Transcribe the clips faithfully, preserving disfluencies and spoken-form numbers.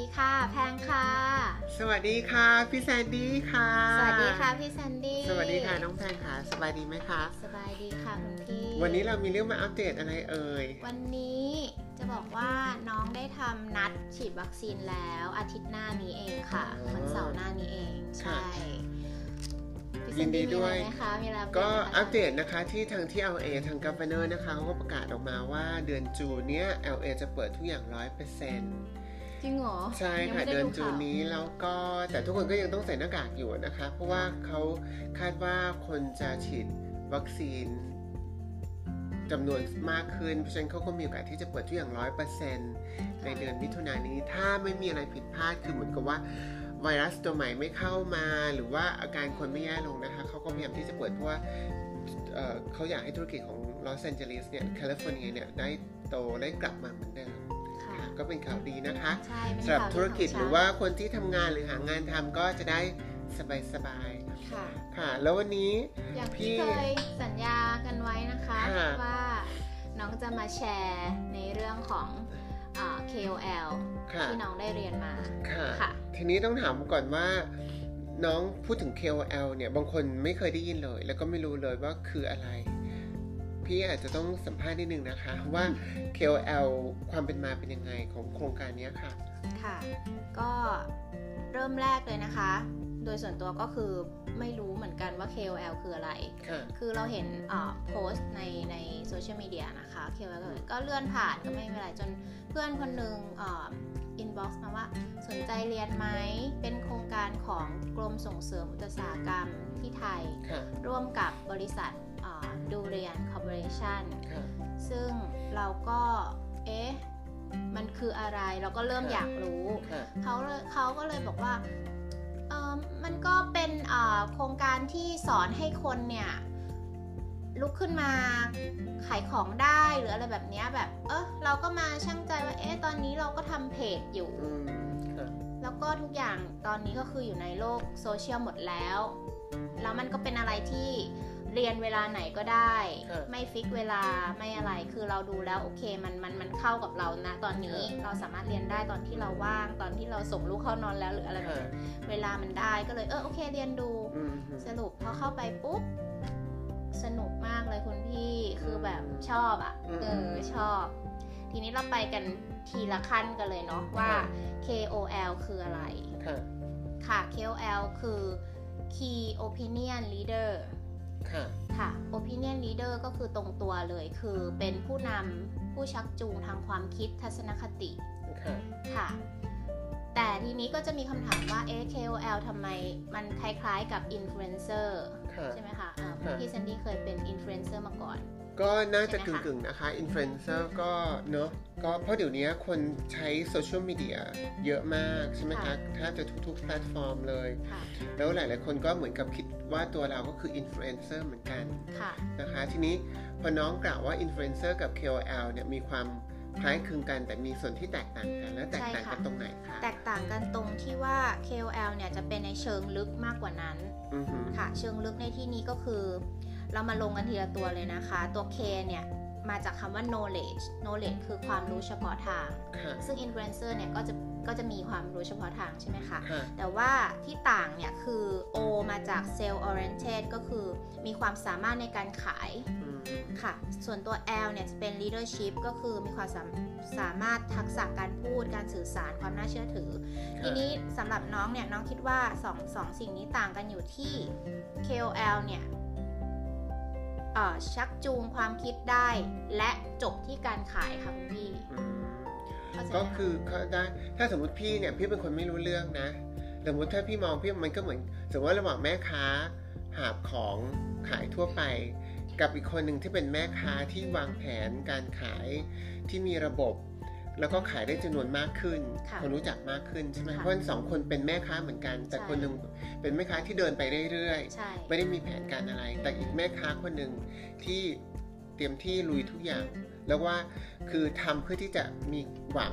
ดีค่ะแพงค่ะสวัสดีค่ะพี่แซนดี้ค่ะสวัสดีค่ะพี่แซนดี้สวัสดีค่ะน้องแพงค่ะสบายดีไหมคะสบายดีค่ะคุณพี่วันนี้เรามีเรื่องมาอัปเดตอะไรเอ่ยวันนี้จะบอกว่าน้องได้ทำนัดฉีดวัคซีนแล้วอาทิตย์หน้านี้เองค่ะวันเสาร์หน้านี้เองใช่ยินดีด้วยก็อัปเดตตนะคะที่ทางที่ แอล เอ ทาง Governor นะคะเขาก็ประกาศออกมาว่าเดือนจูนเนี้ย แอล เอ จะเปิดทุกอย่าง ร้อยเปอร์เซ็นต์จริงเหรอใช่ค่ะเดือนจูนนี้แล้วก็แต่ทุกคนก็ยังต้องใส่หน้ากากอยู่นะคะเพราะว่าเขาคาดว่าคนจะฉีดวัคซีนจำนวนมากขึ้นเพราะฉะนั้นเขาก็มีโอกาสที่จะเปิดทุกอย่าง ร้อยเปอร์เซ็นต์ ในเดือนมิถุนายนนี้ถ้าไม่มีอะไรผิดพลาดคือเหมือนกับว่าไวรัสตัวใหม่ไม่เข้ามาหรือว่าอาการคนไม่แย่ลงนะคะเขาก็พยายามที่จะเปิดเพราะว่า เอ่อ เขาอยากให้ธุรกิจของลอสแอนเจลิสเนี่ยแคลิฟอร์เนียเนี่ยได้โตได้กลับมาเหมือนเดิมก็เป็นข่าวดีนะคะสำหรับธุรกิจหรือว่าคนที่ทำงานหรือหางานทำก็จะได้สบายๆค่ะค่ะแล้ววันนี้อย่างที่เคยสัญญากันไว้นะคะว่าน้องจะมาแชร์ในเรื่องของเค โอ แอล ที่น้องได้เรียนมาค่ะทีนี้ต้องถามก่อนว่าน้องพูดถึง เค โอ แอล เนี่ยบางคนไม่เคยได้ยินเลยแล้วก็ไม่รู้เลยว่าคืออะไรพี่อาจจะต้องสัมภาษณ์นิดนึงนะคะว่า เค โอ แอล ความเป็นมาเป็นยังไงของโครงการนี้ค่ะค่ะก็เริ่มแรกเลยนะคะโดยส่วนตัวก็คือไม่รู้เหมือนกันว่า เค โอ แอล คืออะไรคือเราเห็นโพสต์ในในโซเชียลมีเดียนะคะ เค โอ แอล ก็เลื่อนผ่านก็ไม่เป็นไรจนเพื่อนคนหนึ่งอินบ็อกซ์มาว่าสนใจเรียนไหมเป็นโครงการของกรมส่งเสริมอุตสาหกรรมที่ไทยร่วมกับบริษัทดูเรียนคอร์ปอเรชั่นซึ่งเราก็เอ๊ะมันคืออะไรเราก็เริ่มอยากรู้เขาเขาก็เลยบอกว่าเออมันก็เป็นโครงการที่สอนให้คนเนี่ยลุกขึ้นมาขายของได้หรืออะไรแบบนี้แบบเออเราก็มาชั่งใจว่าเอ๊ะตอนนี้เราก็ทำเพจอยู่แล้วก็ทุกอย่างตอนนี้ก็คืออยู่ในโลกโซเชียลหมดแล้วแล้วมันก็เป็นอะไรที่เรียนเวลาไหนก็ได้ไม่ฟิกเวลาไม่อะไรคือเราดูแล้วโอเคมันมันมันเข้ากับเรานะตอนนี้เราสามารถเรียนได้ตอนที่เราว่างตอนที่เราส่งลูกเข้านอนแล้วหรืออะไรแบบนี้เวลามันได้ก็เลยเออโอเคเรียนดูสรุปพอเข้าไปปุ๊บสนุกมากเลยคุณพี่คือแบบชอบอ่ะเออชอบทีนี้เราไปกันทีละขั้นกันเลยเนาะว่า เค โอ แอล คืออะไรค่ะ เค โอ แอล คือ Key Opinion Leader ค่ะ Opinion Leader ก็คือตรงตัวเลยคือเป็นผู้นำผู้ชักจูงทางความคิดทัศนคติค่ะแต่ทีนี้ก็จะมีคำถามว่าเอ๊ะ เค โอ แอล ทำไมมันคล้ายๆกับ Influencer ใช่ไหมคะพี่แซนดี้เคยเป็น Influencer มาก่อนก็น่าจะกึ่งๆนะคะ Influencer ก็เนาะก็เพราะเดี๋ยวนี้คนใช้โซเชียลมีเดียเยอะมากใช่ไหมคะแทบจะทุกๆแพลตฟอร์มเลยแล้วหลายๆคนก็เหมือนกับคิดว่าตัวเราก็คือ Influencer เหมือนกันนะคะทีนี้พอน้องกล่าวว่า Influencer กับ เค โอ แอล เนี่ยมีความคล้ายคลึงกันแต่มีส่วนที่แตกต่างกันและแตกต่างกันตรงไหนคะแตกต่างกันตรงที่ว่า เค โอ แอล เนี่ยจะเป็นในเชิงลึกมากกว่านั้นค่ะเชิงลึกในที่นี้ก็คือเรามาลงกันทีละตัวเลยนะคะตัว K เนี่ยมาจากคำว่า knowledge knowledge คือความรู้เฉพาะทางซึ่ง influencer เนี่ยก็จะก็จะมีความรู้เฉพาะทางใช่ไหมคะแต่ว่าที่ต่างเนี่ยคือ O มาจาก sell oriented ก็คือมีความสามารถในการขายค่ะส่วนตัว L เนี่ยจะเป็น leadership ก็คือมีความสามารถทักษะการพูดการสื่อสารความน่าเชื่อถือทีนี้สำหรับน้องเนี่ยน้องคิดว่าสอง สองสิ่งนี้ต่างกันอยู่ที่ เค โอ แอล เนี่ยชักจูงความคิดได้และจบที่การขายค่ะคุณพี่ก็คือได้ถ้าสมมติพี่เนี่ยพี่เป็นคนไม่รู้เรื่องนะสมมติถ้าพี่มองพี่มันก็เหมือนสมมติว่าระหว่างแม่ค้าหาบของขายทั่วไปกับอีกคนหนึ่งที่เป็นแม่ค้าที่วางแผนการขายที่มีระบบแล้วก็ขายได้จำนวนมากขึ้นคนรู้จักมากขึ้นใช่ไหมเพราะสองคนเป็นแม่ค้าเหมือนกันแต่คนหนึ่งเป็นแม่ค้าที่เดินไปเรื่อยๆไม่ได้มีแผนการอะไรแต่อีกแม่ค้าคนหนึ่งที่เตรียมที่ลุยทุกอย่างแล้วว่าคือทำเพื่อที่จะมีหวัง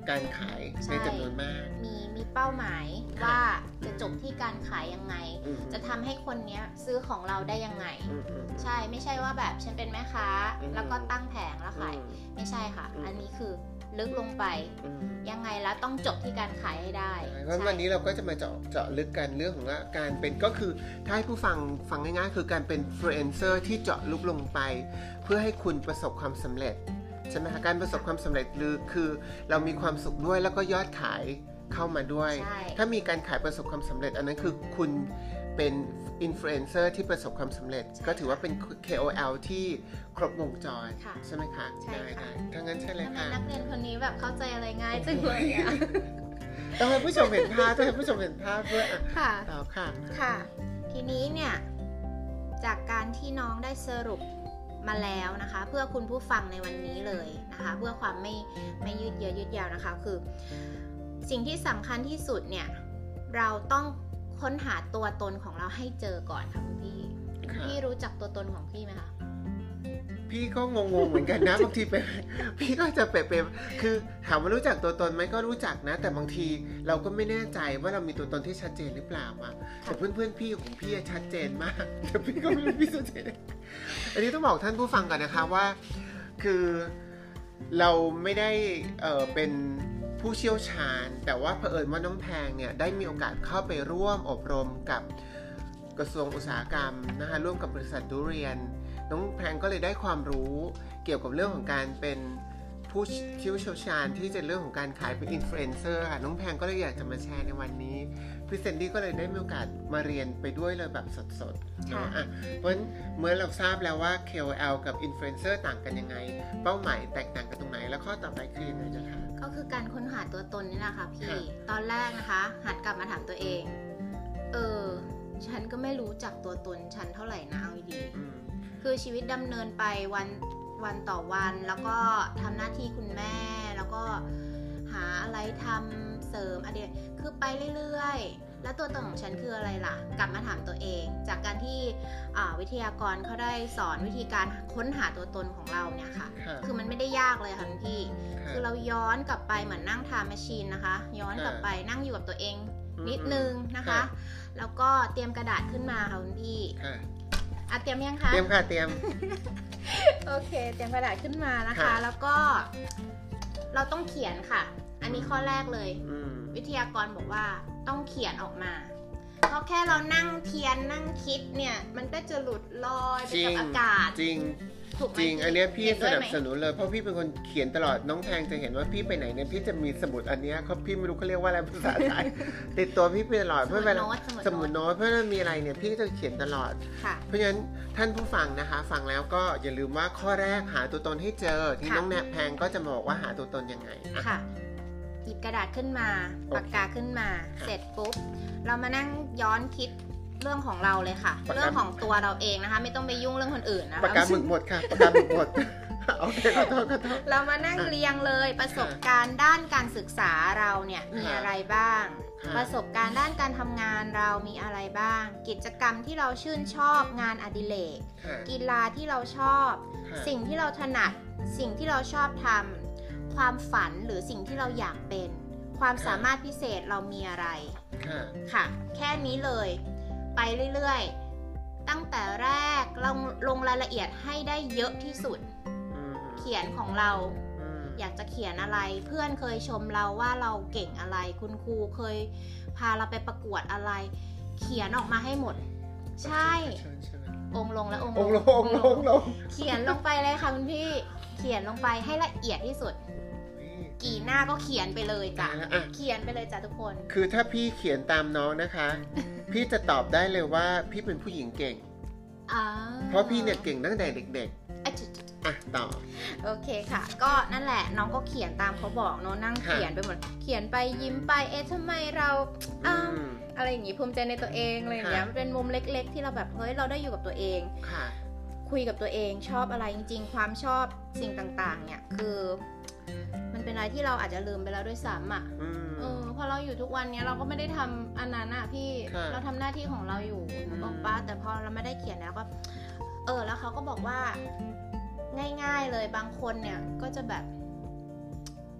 การขายในจำนวนมากมีมีเป้าหมายว่าจะจบที่การขายยังไงจะทำให้คนเนี้ยซื้อของเราได้ยังไงใช่ไม่ใช่ว่าแบบฉันเป็นแม่ค้าแล้วก็ตั้งแผงแล้วขายไม่ใช่ค่ะอันนี้คือลึกลงไปยังไงแล้วต้องจบที่การขายให้ได้เพราะวันนี้เราก็จะมาเจาะเจาะลึกกันเรื่องของการเป็นก็คือถ้าให้ผู้ฟังฟังง่ายๆคือการเป็นอินฟลูเอนเซอร์ที่เจาะลึกลงไปเพื่อให้คุณประสบความสำเร็จใช่ไหมคะการประสบความสำเร็จหรือคือเรามีความสุขด้วยแล้วก็ยอดขายเข้ามาด้วยถ้ามีการขายประสบความสำเร็จอันนั้นคือคุณเป็นอินฟลูเอนเซอร์ที่ประสบความสำเร็จก็ถือว่าเป็น เค โอ แอล ที่ครบวงจรใช่ไหมคะใช่ค่ะถ้างั้นใช่เลยค่ะนักเรียนคนนี้แบบเข้าใจอะไรง่ายจังเลยอ่ะต้องให้ผู้ชมเห็นภาพต้องให้ผู้ชมเห็นภาพเพื่อค่ะต่อค่ะค่ะทีนี้เนี่ยจากการที่น้องได้สรุปมาแล้วนะคะเพื่อคุณผู้ฟังในวันนี้เลยนะคะเพื่อความไม่ไม่ยืดเยื้อยืดยาวนะคะคือสิ่งที่สำคัญที่สุดเนี่ยเราต้องค้นหาตัวตนของเราให้เจอก่อนค่ะคุณพี่พี่รู้จักตัวตนของพี่ไหมคะพี่ก็งงๆเหมือนกันนะบางทีไปพี่ก็จะเปะๆคือถามว่ารู้จักตัวตนไหมก็รู้จักนะแต่บางทีเราก็ไม่แน่ใจว่าเรามีตัวตนที่ชัดเจนหรือเปล่าอ่ะแต่เพื่อนๆพี่ของพี่ชัดเจนมากแต่พี่ก็ไม่รู้พี่ชัดเจนอันนี้ต้องบอกท่านผู้ฟังก่อนนะคะว่าคือเราไม่ได้เอ่อเป็นผู้เชี่ยวชาญแต่ว่าเผอิญว่าน้องแพงเนี่ยได้มีโอกาสเข้าไปร่วมอบรมกับกระทรวงอุตสาหกรรมนะคะร่วมกับบริษัทดุเรียนน้องแพงก็เลยได้ความรู้เกี่ยวกับเรื่องของการเป็นผู้เชี่ยวชาญที่จะเรื่องของการขายเป็นอินฟลูเอนเซอร์ค่ะน้องแพงก็เลยอยากจะมาแชร์ในวันนี้พี่เซนดี้ก็เลยได้มีโอกาสมาเรียนไปด้วยเลยแบบสดๆเนาะอ่ะเพราะฉะนั้นเมื่อเราทราบแล้วว่า เค โอ แอล กับอินฟลูเอนเซอร์ต่างกันยังไงเป้าหมายแตกต่างกันตรงไหนแล้วข้อต่อไปคือยังไงนะคะก็คือการค้นหาตัวตนนี่แหละค่ะพี่ตอนแรกนะคะหัดกลับมาถามตัวเองเออฉันก็ไม่รู้จักตัวตนฉันเท่าไหร่นะเอาดีคือชีวิตดำเนินไปวันวันต่อวันแล้วก็ทำหน้าที่คุณแม่แล้วก็หาอะไรทำเสริมอะไรคือไปเรื่อยๆแล้วตัวตนของฉันคืออะไรล่ะกลับมาถามตัวเองจากการที่วิทยากรเขาได้สอนวิธีการค้นหาตัวตนของเราเนี่ยค่ะคือมันไม่ได้ยากเลยค่ะคุณพี่คือเราย้อนกลับไปเหมือนนั่งไทม์แมชชีนนะคะย้อนกลับไปนั่งอยู่กับตัวเองนิดนึงนะคะแล้วก็เตรียมกระดาษขึ้นมาค่ะคุณพี่อ่ะเตรียมยังคะเตรียมค่ะเตรียมโอเคเตรียมกระดาษขึ้นมานะคะแล้วก็เราต้องเขียนค่ะอันนี้ข้อแรกเลยวิทยากรบอกว่าต้องเขียนออกมาเพราะแค่เรานั่งเทียนนั่งคิดเนี่ยมันก็จะหลุดลอยไปกับอากาศจริงจริงอันนี้พี่สนับสนุนเลยเพราะพี่เป็นคนเขียนตลอดน้องแพงจะเห็นว่าพี่ไปไหนเนี่ยพี่จะมีสมุดอันนี้เขาพี่ไม่รู้เขาเรียกว่าอะไรภาษาไทยติดตัวพี่ไปตลอดเพื่อเวลาสมุดโน้ตเพื่อมีอะไรเนี่ยพี่จะเขียนตลอดเพราะฉะนั้นท่านผู้ฟังนะคะฟังแล้วก็อย่าลืมว่าข้อแรกหาตัวตนให้เจอที่น้องแพงก็จะบอกว่าหาตัวตนยังไงค่ะหยิบกระดาษขึ้นมาปากกาขึ้นมาเสร็จปุ๊บเรามานั่งย้อนคิดเรื่องของเราเลยค่ะเรื่องของตัวเราเองนะคะไม่ต้องไปยุ่งเรื่องคนอื่นนะคะปากกาหมึกหมดค่ะปากกาหมึกหมดโอเคขอโทษขอโทษเรามานั่งเรียงเลยประสบการณ์ด้านการศึกษาเราเนี่ยมีอะไรบ้างประสบการณ์ด้านการทำงานเรามีอะไรบ้างกิจกรรมที่เราชื่นชอบงานอดิเรกกีฬาที่เราชอบสิ่งที่เราถนัดสิ่งที่เราชอบทำความฝันหรือสิ่งที่เราอยากเป็นความสามารถพิเศษเรามีอะไรค่ะแค่นี้เลยไปเรื่อยๆตั้งแต่แรกลงลงรายละเอียดให้ได้เยอะที่สุดเขียนของเราอยากจะเขียนอะไรเพื่อนเคยชมเราว่าเราเก่งอะไรคุณครูเคยพาเราไปประกวดอะไรเขียนออกมาให้หมดใช่องลงแล้วองลงองลงลงเขียนลงไปเลยค่ะคุณพี่เขียนลงไปให้ละเอียดที่สุดกี่หน้าก็เขียนไปเลยจ้ะเขียนไปเลยจ้ะทุกคนคือถ้าพี่เขียนตามน้องนะคะพี่จะตอบได้เลยว่าพี่เป็นผู้หญิงเก่งเพราะพี่เนี่ยเก่งตั้งแต่เด็กๆอ่ะต่อโอเคค่ะก็นั่นแหละน้องก็เขียนตามเขาบอกเนาะนั่งเขียนไปหมดเขียนไปยิ้มไปเอ๊ะทำไมเราอ้าวอะไรอย่างงี้ภูมิใจในตัวเองอะไรอย่างเงี้ยมันเป็นมุมเล็กๆที่เราแบบเฮ้ยเราได้อยู่กับตัวเองคุยกับตัวเองชอบอะไรจริงๆความชอบสิ่งต่างๆเนี่ยคือมันเป็นอะไรที่เราอาจจะลืมไปแล้วด้วยซ้ำอ่ะเออพอเราอยู่ทุกวันนี้เราก็ไม่ได้ทำอันนั้นอ่ะพี่เราทำหน้าที่ของเราอยู่บอกป้าแต่พอเราไม่ได้เขียนแล้วก็เออแล้วเขาก็บอกว่าง่ายๆเลยบางคนเนี่ยก็จะแบบ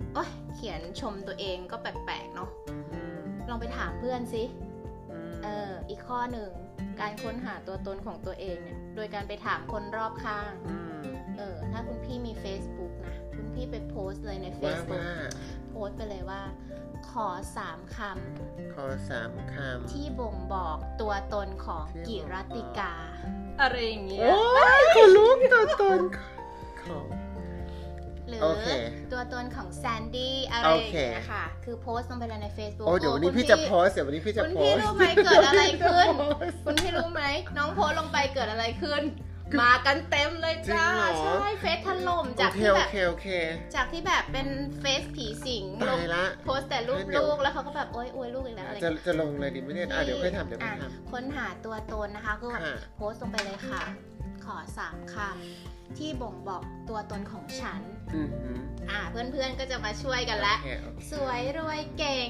โอ๊ยเขียนชมตัวเองก็แปลกๆเนาะลองไปถามเพื่อนสิเอออีกข้อหนึ่งการค้นหาตัวตนของตัวเองเนี่ยโดยการไปถามคนรอบข้างเออถ้าคุณพี่มี Facebook นะคุณพี่ไปโพสต์เลยใน Facebook โพสต์ไปเลยว่าขอสามคำขอสามคำที่บ่งบอกตัวตนของกิรติกาอะไรอย่างเงี้ยโอ้ยคนรู้ตัวตนของหรือตัวตนของแซนดี้อะไรอย่างเงี้ยค่ะคือโพสต์ลงไปเลยใน Facebook โอ้เดี๋ยววันนี้พี่จะโพสต์เดี๋ยววันนี้พี่จะโพสต์คุณพี่รู้ไหมเกิดอะไรขึ้นคุณพี่รู้ไหมน้องโพสต์ลงไปเกิดอะไรขึ้นมากันเต็มเลยจ้าใช่เฟซถล่มจากที่แบบจากที่แบบเป็นเฟซผีสิงลงโพสต์แต่รูปลูกแล้วเขาก็แบบโอ๊ยอวยลูกอีกแล้วอะไรจะจะลงเลยดิไม่ได้อ่ะเดี๋ยวค่อยทำเดี๋ยวค่อยทำค้นหาตัวตนนะคะก็โพสต์ลงไปเลยค่ะขอสามคำที่บ่งบอกตัวตนของฉันอ่าเพื่อนๆก็จะมาช่วยกันแล้วสวยรวยเก่ง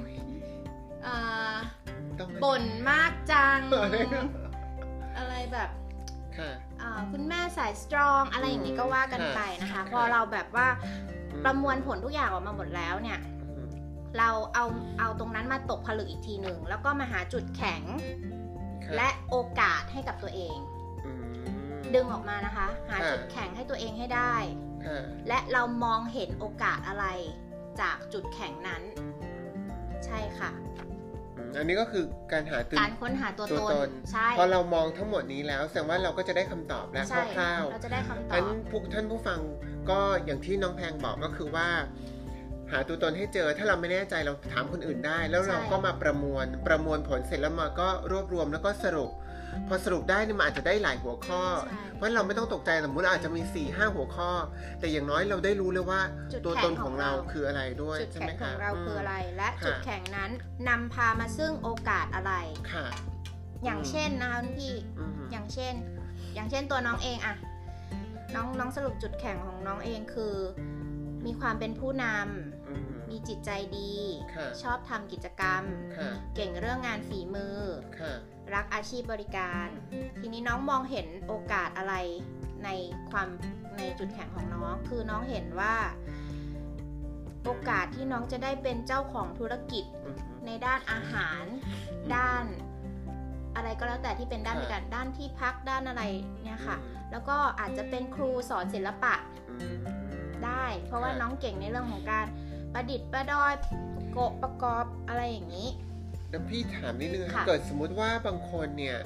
บ่นมากจังอะไรแบบคุณแม่สายสตรองอะไรอย่างนี้ก็ว่ากันไปนะคะพอเราแบบว่าประมวลผลทุกอย่างออกมาหมดแล้วเนี่ยเราเอาเอาตรงนั้นมาตกผลึกอีกทีหนึ่งแล้วก็มาหาจุดแข็งและโอกาสให้กับตัวเองดึงออกมานะคะหาจุดแข็งให้ตัวเองให้ได้และเรามองเห็นโอกาสอะไรจากจุดแข็งนั้นใช่ค่ะอันนี้ก็คือการหาการค้นหาตัวตนใช่พอเรามองทั้งหมดนี้แล้วแสดงว่าเราก็จะได้คำตอบแล้วคร่าวๆเราจะได้คำตอบท่านผู้ท่านผู้ฟังก็อย่างที่น้องแพงบอกก็คือว่าหาตัวตนให้เจอถ้าเราไม่แน่ใจเราถามคนอื่นได้แล้วเราก็มาประมวลประมวลผลเสร็จแล้วมาก็รวบรวมแล้วก็สรุปพอสรุปได้เนี่ยมันอาจจะได้หลายหัวข้อเพราะเราไม่ต้องตกใจสมมติเราอาจจะมี สี่ห้า หัวข้อแต่อย่างน้อยเราได้รู้เลยว่าตัวตนของเราคืออะไรด้วยใช่ไหมคะจุดแข็งของเราคืออะไรและจุดแข็งนั้นนำพามาซึ่งโอกาสอะไรค่ะอย่างเช่นนะคะพี่อย่างเช่นอย่างเช่นตัวน้องเองอะน้องน้องสรุปจุดแข็งของน้องเองคือมีความเป็นผู้นำมีจิตใจดีชอบทำกิจกรรมเก่งเรื่องงานฝีมือรักอาชีพบริการทีนี้น้องมองเห็นโอกาสอะไรในความในจุดแข็งของน้องคือน้องเห็นว่าโอกาสที่น้องจะได้เป็นเจ้าของธุรกิจในด้านอาหารด้านอะไรก็แล้วแต่ที่เป็นด้านในการด้านที่พักด้านอะไรเนี่ยค่ะแล้วก็อาจจะเป็นครูสอนศิลปะได้เพราะว่าน้องเก่งในเรื่องของการประดิษฐ์ประดอยโกะประกอบอะไรอย่างนี้แล้วพี่ถามนิดนึงเกิดสมมุติว่าบางคนเนี่ย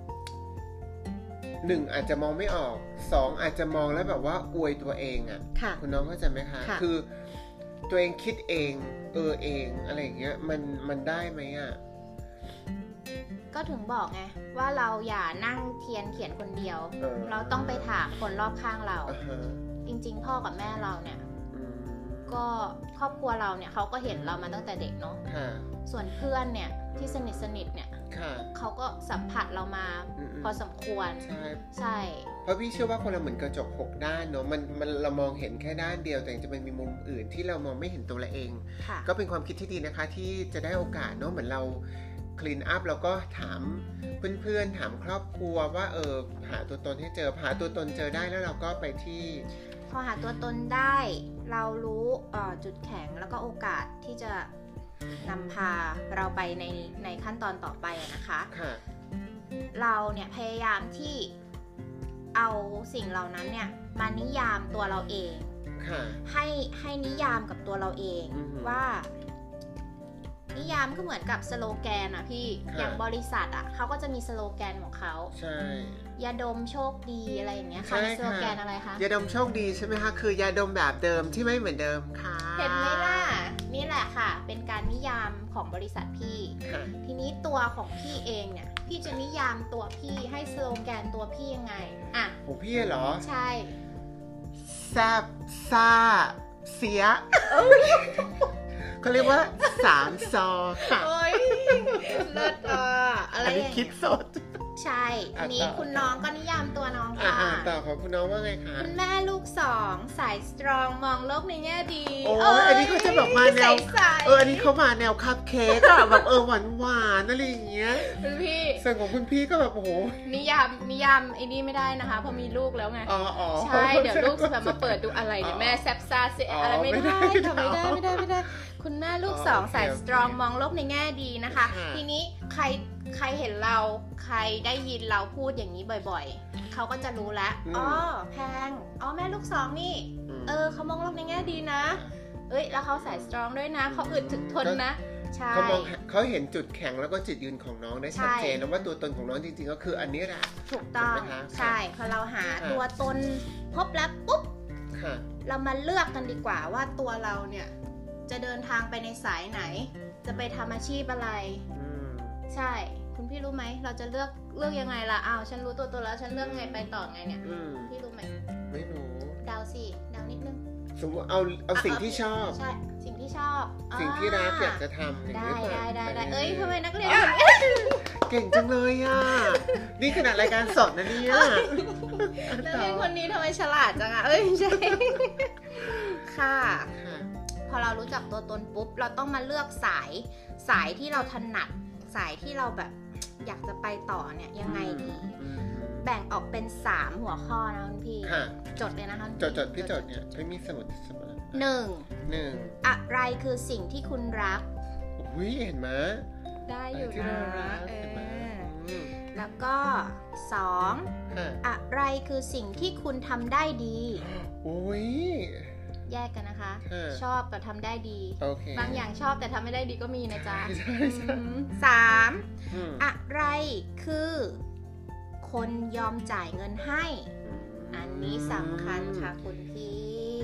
หนึ่งอาจจะมองไม่ออกสองอาจจะมองแล้วแบบว่าอวยตัวเองอ่ะคุณน้องเข้าใจไหมคะคือตัวเองคิดเองเออเองอะไรอย่างเงี้ยมันมันได้ไหมอ่ะก็ถึงบอกไงว่าเราอย่านั่งเทียนเขียนคนเดียว เ, เราต้องไปถามคนรอบข้างเรา uh-huh. จริงๆพ่อกับแม่เราเนี่ย uh-huh. ก็ครอบครัวเราเนี่ยเขาก็เห็นเรามาตั้งแต่เด็กเนาะ uh-huh. ส่วนเพื่อนเนี่ยที่สนิทสนิทเนี่ย uh-huh. เขาก็สัมผัสเรามา uh-huh. พอสมควรใช่ใช่เพราะพี่เชื่อว่าคนเราเหมือนกระจกหกด้านเนาะมันมันเรามองเห็นแค่ด้านเดียวแต่จริงๆมันมีมุมอื่นที่เรามองไม่เห็นตัวเราเอง uh-huh. ก็เป็นความคิดที่ดีนะคะที่จะได้โอกาสเนาะเหมือนเราคลีนอัพแล้วก็ถามเพื่อนๆถามครอบครัวว่าเออหาตัวตนให้เจอหาตัวตนเจอได้แล้วเราก็ไปที่พอหาตัวตนได้เรารู้จุดแข็งแล้วก็โอกาสที่จะนำพาเราไปในในขั้นตอนต่อไปนะคะเราเนี่ยพยายามที่เอาสิ่งเหล่านั้นเนี่ยมานิยามตัวเราเองให้ให้นิยามกับตัวเราเองว่านิยามก็เหมือนกับสโลแกนอะพี่อย่างบริษัทอะเขาก็จะมีสโลแกนของเขาใช่ยาดมโชคดีอะไรอย่างเงี้ยค่ะสโลแกนอะไรคะยาดมโชคดีใช่ไหมคะคือยาดมแบบเดิมที่ไม่เหมือนเดิมค่ะเห็นไหมล่ะนี่แหละค่ะเป็นการนิยามของบริษัทพี่ทีนี้ตัวของพี่เองเนี่ยพี่จะนิยามตัวพี่ให้สโลแกนตัวพี่ยังไงอะโหพี่เหรอใช่แซ่บซ่าเสียเขาเรียกว่าสามซอค่ะโอ้ยเลิศอ่ะอะไรอันนี้คิดสดใช่ทีนี้คุณน้องก็นิยามตัวน้องค่ะต่อของคุณน้องว่าไงคะคุณแม่ลูกสองสายสตรองมองโลกในแง่ดีโอ้ยอันนี้เขาจะแบบมาแนวเอออันนี้เขามาแนวคัพเค้กอะแบบเออหวานหวานอะไรอย่างเงี้ยคุณพี่ส่วนของคุณพี่ก็แบบโอ้โหนิยามนิยามไอ้นี่ไม่ได้นะคะเพราะมีลูกแล้วไงอ๋อใช่เดี๋ยวลูกจะแบบมาเปิดดูอะไรเดี๋ยวแม่แซบซ่าเสียอะไรไม่ได้ทำไม่ได้ไม่ได้ไม่ได้คุณแม่ลูกสองสายสตรองมองโลกในแง่ดีนะคะทีนี้ใครใครเห็นเราใครได้ยินเราพูดอย่างนี้บ่อยๆเขาก็จะรู้แล้วอ๋อแพงอ๋อแม่ลูกสองนี่เออเขามองโลกในแง่ดีนะเอ้ยแล้วเขาสายสตรองด้วยนะเขาอึดถึกทนนะใช่เขามองเขาเห็นจุดแข็งแล้วก็จุดยืนของน้องได้ชัดเจนนะว่าตัวตนของน้องจริงๆก็คืออันนี้แหละถูกต้องใช่พอเราหาตัวตนพบแล้วปุ๊บเรามาเลือกกันดีกว่าว่าตัวเราเนี่ยจะเดินทางไปในสายไหนจะไปทำอาชีพอะไรใช่คุณพี่รู้ไหมเราจะเลือกเลือกยังไงล่ะอ้าวฉันรู้ตัวตัวแล้วฉันเลือกไงไปต่อไงเนี่ยพี่รู้ไหมไม่รู้เดาสิเดานิดนึงสมมติเอาเอาสิ่งที่ชอบใช่สิ่งที่ชอบสิ่งที่รักอยากจะทำได้ได้ได้ได้เอ้ยทำไมนักเรียนเก่งจังเลยอ่ะนี่ขนาดรายการสดนะเนี่ยนักเรียนคนนี้ทำไมฉลาดจังอ่ะเอ้ยใช่ค่ะพอเรารู้จักตัวตนปุ๊บเราต้องมาเลือกสายสายที่เราถนัดสายที่เราแบบอยากจะไปต่อเนี่ยยังไงดีแบ่งออกเป็นสามหัวข้อนะคุณพี่จดเลยนะคะจดจดพี่จดเนี่ยไม่มีสมุดสมุดหนึ่งหนึ่งอะไรคือสิ่งที่คุณรักอุ้ยเห็นไหมได้อยู่นะเออแล้วก็สองอะไรคือสิ่งที่คุณทำได้ดีอุ้ยแยกกันนะคะชอบกับทำได้ดีบางอย่างชอบแต่ทำไม่ได้ดีก็มีนะจ๊ะสามอะไรคือคนยอมจ่ายเงินให้อันนี้สำคัญค่ะคุณพี่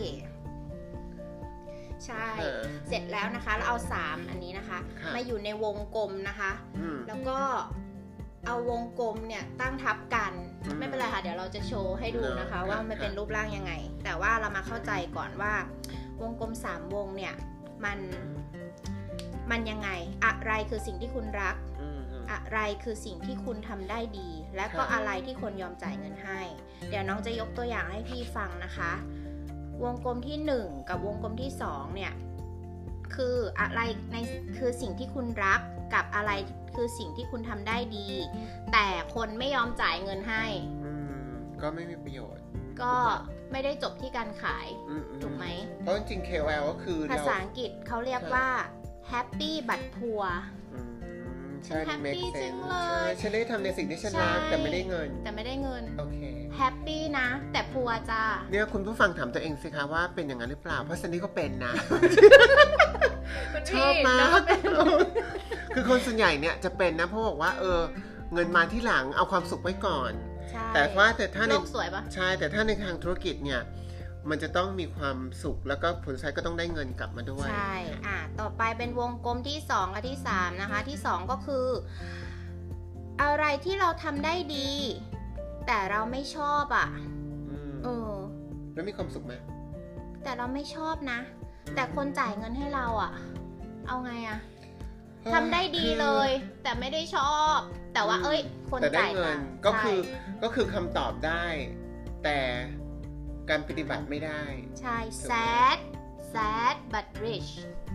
ใช่เสร็จแล้วนะคะเราเอาสามอันนี้นะคะมาอยู่ในวงกลมนะคะแล้วก็เอาวงกลมเนี่ยตั้งทับกันไม่เป็นไรค่ะเดี๋ยวเราจะโชว์ให้ดูนะคะว่ามันเป็นรูปร่างยังไงแต่ว่าเรามาเข้าใจก่อนว่าวงกลมสามวงเนี่ยมันมันยังไงอะไรคือสิ่งที่คุณรักอะไรคือสิ่งที่คุณทำได้ดีและก็อะไรที่คนยอมจ่ายเงินให้เดี๋ยวน้องจะยกตัวอย่างให้พี่ฟังนะคะวงกลมที่หนึ่งกับวงกลมที่สองเนี่ยคืออะไรในคือสิ่งที่คุณรักกับอะไรคือสิ่งที่คุณทำได้ดีแต่คนไม่ยอมจ่ายเงินให้ก็ไม่มีประโยชน์ก็ไม่ได้จบที่การขายถูกไหมเพราะจริงๆ เค โอ แอล ก็คือภาษาอังกฤษเขาเรียกว่า happy but poor ฉันแฮปปี้จังเลยฉันได้ทำในสิ่งที่ฉันรักแต่ไม่ได้เงินแต่ไม่ได้เงินโอเคแฮปปี้นะแต่พัวจ้าเนี่ยคุณผู้ฟังถามตัวเองสิคะว่าเป็นอย่างนั้นหรือเปล่าเพราะฉันนี่ก็เป็นนะชอบมากคือคนส่วนใหญ่เนี่ยจะเป็นนะเพราะบอกว่าเออเงินมาที่หลังเอาความสุขไว้ก่อนแต่ว่าแต่ถ้าในใช่แต่ถ้าในทางธุรกิจเนี่ยมันจะต้องมีความสุขแล้วก็ผลสุดท้ายก็ต้องได้เงินกลับมาด้วยใช่อ่ะต่อไปเป็นวงกลมที่สองและที่สามนะคะที่สองก็คืออะไรที่เราทำได้ดีแต่เราไม่ชอบอ่ะเออแล้วมีความสุขไหมแต่เราไม่ชอบนะแต่คนจ่ายเงินให้เราอ่ะเอาไงอ่ะทำได้ดีเลยแต่ไม่ได้ชอบแต่ว่าเอ้ยคนจ่ายเงินก็คือก็คือคำตอบได้แต่การปฏิบัติไม่ได้ใช่ sad sad but rich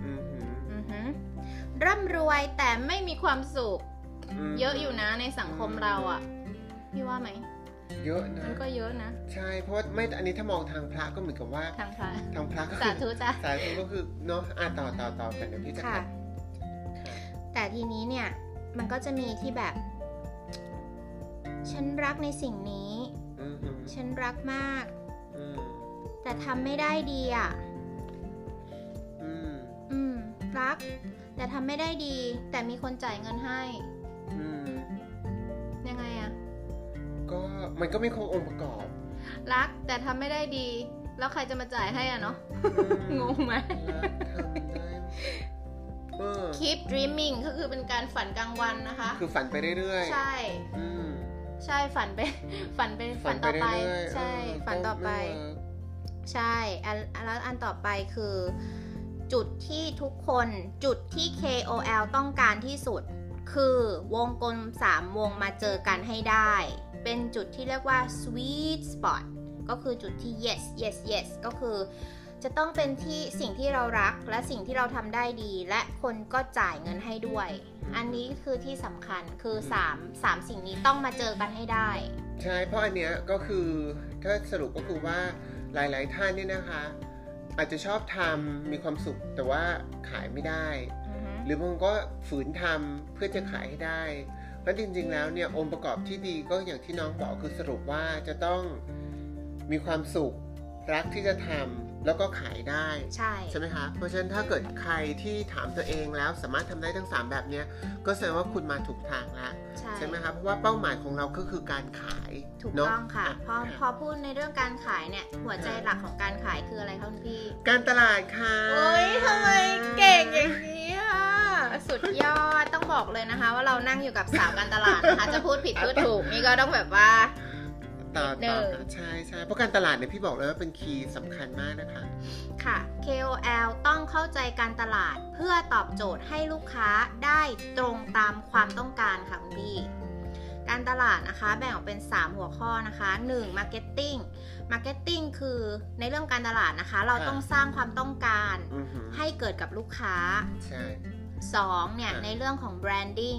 ร่ำรวยแต่ไม่มีความสุขเยอะอยู่นะในสังคมเราอ่ะพี่ว่าไหมเยอะนะมันก็เยอะนะใช่เพราะไม่อันนี้ถ้ามองทางพระก็เหมือนกับว่าทางพระทางพระก็สาธุจ้ะสาธุก็คือเนาะอ่ะต่อต่อต่อกันเดี๋ยวพี่จะค่ะแต่ทีนี้เนี่ยมันก็จะมีที่แบบฉันรักในสิ่งนี้ฉันรักมากแต่ทำไม่ได้ดีอ่ะอืมอืมรักแต่ทำไม่ได้ดีแต่มีคนจ่ายเงินให้อืมยังไงอ่ะก็มันก็ไม่ครบองค์ประกอบรักแต่ทำไม่ได้ดีแล้วใครจะมาจ่ายให้อ่ะเนาะงงไหม Keep dreaming ก็คือเป็นการฝันกลางวันนะคะคือฝันไปเรื่อยๆใช่ใช่ฝันไปฝันไปฝันต่อไปใช่ฝันต่อไปใช่แล้วอันต่อไปคือจุดที่ทุกคนจุดที่ เค โอ แอล ต้องการที่สุดคือวงกลมสามวงมาเจอกันให้ได้เป็นจุดที่เรียกว่า sweet spot ก็คือจุดที่ yes yes yes ก็คือจะต้องเป็นที่สิ่งที่เรารักและสิ่งที่เราทำได้ดีและคนก็จ่ายเงินให้ด้วยอันนี้คือที่สำคัญคือ3 3สิ่งนี้ต้องมาเจอกันให้ได้ใช่เพราะอันเนี้ยก็คือถ้าสรุปก็คือว่าหลายๆท่านเนี่ยนะคะอาจจะชอบทำมีความสุขแต่ว่าขายไม่ได้ uh-huh. หรือบางคนก็ฝืนทำเพื่อจะขายให้ได้เพราะจริงๆแล้วเนี่ยองค์ประกอบที่ดีก็อย่างที่น้องบอกคือสรุปว่าจะต้องมีความสุขรักที่จะทำแล้วก็ขายได้ใช่ใช่ไหมคะเพราะฉะนั้นถ้าเกิดใครที่ถามตัวเองแล้วสามารถทำได้ทั้งสามแบบนี้ก็แสดงว่าคุณมาถูกทางแล้วใช่ใช่ไหมคะเพราะว่าเป้าหมายของเราก็คือการขายถูกต้องค่ะพอพอพูดในเรื่องการขายเนี่ยหัวใจหลักของการขายคืออะไรคะคุณพี่การตลาดค่ะโอ๊ยทำไมเก่งอย่างนี้ค่ะสุดยอดต้องบอกเลยนะคะว่าเรานั่งอยู่กับสาวการตลาดนะคะจะพูดผิดพูดถูกนี่ก็ต้องแบบว่าต่อต่อใช่ใช่เพราะการตลาดเนี่ยพี่บอกเลยว่าเป็นคีย์สำคัญมากนะคะค่ะ เค โอ แอล ต้องเข้าใจการตลาดเพื่อตอบโจทย์ให้ลูกค้าได้ตรงตามความต้องการค่ะคุณพี่การตลาดนะคะแบ่งออกเป็นสามหัวข้อนะคะหนึ่ง Marketing Marketing คือในเรื่องการตลาดนะคะเราต้องสร้างความต้องการให้เกิดกับลูกค้าใช่สองเนี่ยในเรื่องของ Branding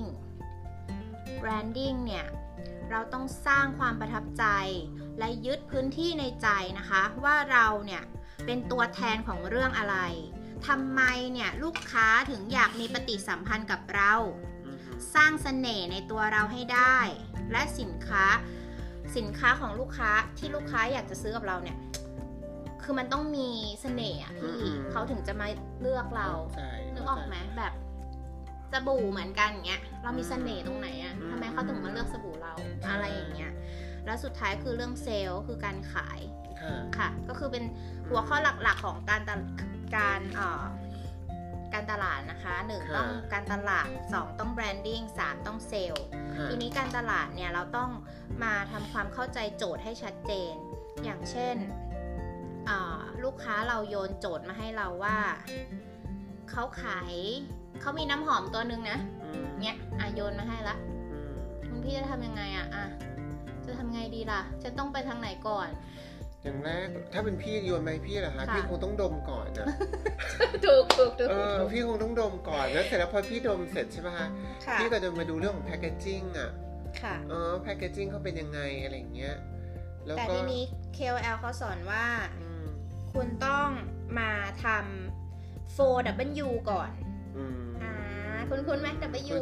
Branding เนี่ยเราต้องสร้างความประทับใจและยึดพื้นที่ในใจนะคะว่าเราเนี่ยเป็นตัวแทนของเรื่องอะไรทำไมเนี่ยลูกค้าถึงอยากมีปฏิสัมพันธ์กับเราสร้างเสน่ห์ในตัวเราให้ได้และสินค้าสินค้าของลูกค้าที่ลูกค้าอยากจะซื้อกับเราเนี่ยคือมันต้องมีเสน่ห์อ่ะพี่เขาถึงจะมาเลือกเรานึกออกไหมแบบสบู่เหมือนกันอย่างเงี้ยเรามีเสน่ห์ตรงไหนอ่ะทำไมเขาถึงมาเลือกสบู่เราอะไรอย่างเงี้ยแล้วสุดท้ายคือเรื่องเซลล์คือการขายค่ะก็คือเป็นหัวข้อหลักๆของการการเอ่อการตลาดนะคะหนึ่งต้องการตลาดสองต้องแบรนดิ้งสามต้องเซลล์ทีนี้การตลาดเนี่ยเราต้องมาทำความเข้าใจโจทย์ให้ชัดเจนอย่างเช่นลูกค้าเราโยนโจทย์มาให้เราว่าเขาขายเขามีน้ำหอมตัวนึงนะเนี่ยอ่ะโยนมาให้ละคุณพี่จะทำยังไงอ่ะอ่ะจะทำไงดีล่ะฉันต้องไปทางไหนก่อนอย่างแรกถ้าเป็นพี่โยนมาให้พี่เหรอคะพี่คงต้องดมก่อนนะถูกถูกถูกเออพี่คงต้องดมก่อนแล้วเสร็จแล้วพอพี่ดมเสร็จใช่ป่ะคะพี่ก็จะมาดูเรื่องของแพคเกจจิ้งอ่ะค่ะเออแพคเกจจิ้งเขาเป็นยังไงอะไรอย่างเงี้ยแล้วก็แต่ทีนี้ เค โอ แอล เขาสอนว่าคุณต้องมาทำ โฟร์ ดับเบิลยู ก่อนอ่าคุณคุณไหม ดับเบิลยู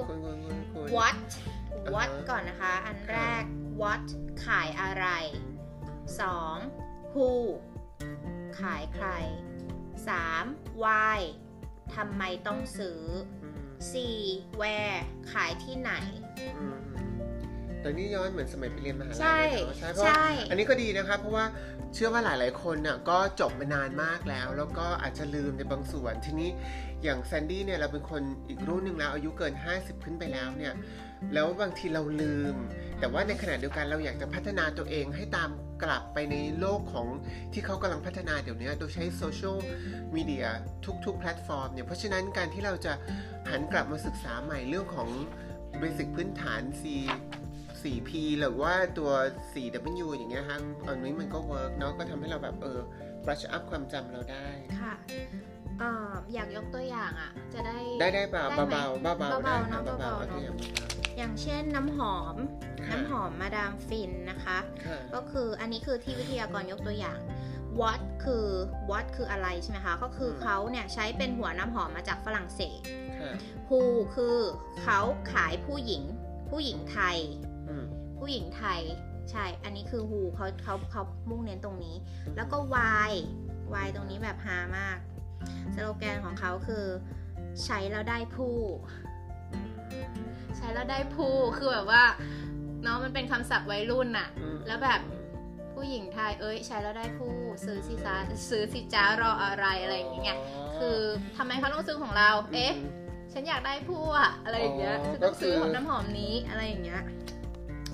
what what ก่อนนะคะอันแรก what ขายอะไรสอง who ขายใครสาม why ทำไมต้องซื้อสี่ where ขายที่ไหนแต่นี่ย้อนเหมือนสมัยไปเรียนมหาลัยเลยเนาะใช่เพราะอันนี้ก็ดีนะคะเพราะว่าเชื่อว่าหลายๆคนน่ะก็จบมานานมากแล้วแล้วก็อาจจะลืมในบางส่วนทีนี้อย่างแซนดี้เนี่ยเราเป็นคนอีกรุ่นหนึ่งแล้วอายุเกินห้าสิบขึ้นไปแล้วเนี่ยแล้วบางทีเราลืมแต่ว่าในขณะเดียวกันเราอยากจะพัฒนาตัวเองให้ตามกลับไปในโลกของที่เขากำลังพัฒนาเดี๋ยวนี้โดยใช้โซเชียลมีเดียทุกๆแพลตฟอร์มเนี่ยเพราะฉะนั้นการที่เราจะหันกลับมาศึกษาใหม่เรื่องของเบสิกพื้นฐาน C โฟร์ พี หรือว่าตัว โฟร์ ดับเบิลยู อย่างเงี้ยฮะอันนี้มันก็เวิร์กเนาะก็ทำให้เราแบบเออ brush up ความจำเราได้ค่ะอ่าอยากยกตัวอย่างอ่ะจะได้ได้ได้เบาเบาเบาเบาเบาเบาเนาะเบาเบาเนาะอย่างเช่นน้ำหอมน้ำหอมมาดามฟินนะคะก็คืออันนี้คือที่วิทยากรยกตัวอย่าง what คือ what คืออะไรใช่ไหมคะก็คือเขาเนี่ยใช้เป็นหัวน้ำหอมมาจากฝรั่งเศส who คือเขาขายผู้หญิงผู้หญิงไทยผู้หญิงไทยใช่อันนี้คือ who เขาเขาเขามุ่งเน้นตรงนี้แล้วก็ why why ตรงนี้แบบฮามากสโลแกนของเขาคือใช้แล้วได้ผู้ใช้แล้วได้ผู้คือแบบว่าเนาะมันเป็นคำศัพท์วัยรุ่นอะแล้วแบบผู้หญิงไทยเอ้ยใช้แล้วได้ผู้ซื้อสิจ้าซื้อสิจ้ารออะไรอะไรอย่างเงี้ยคือทำไมเขาต้องซื้อของเราเอ๊ะฉันอยากได้ผู้อะอะไรอย่างเงี้ยคือต้องซื้อของน้ำหอมนี้อะไรอย่างเงี้ย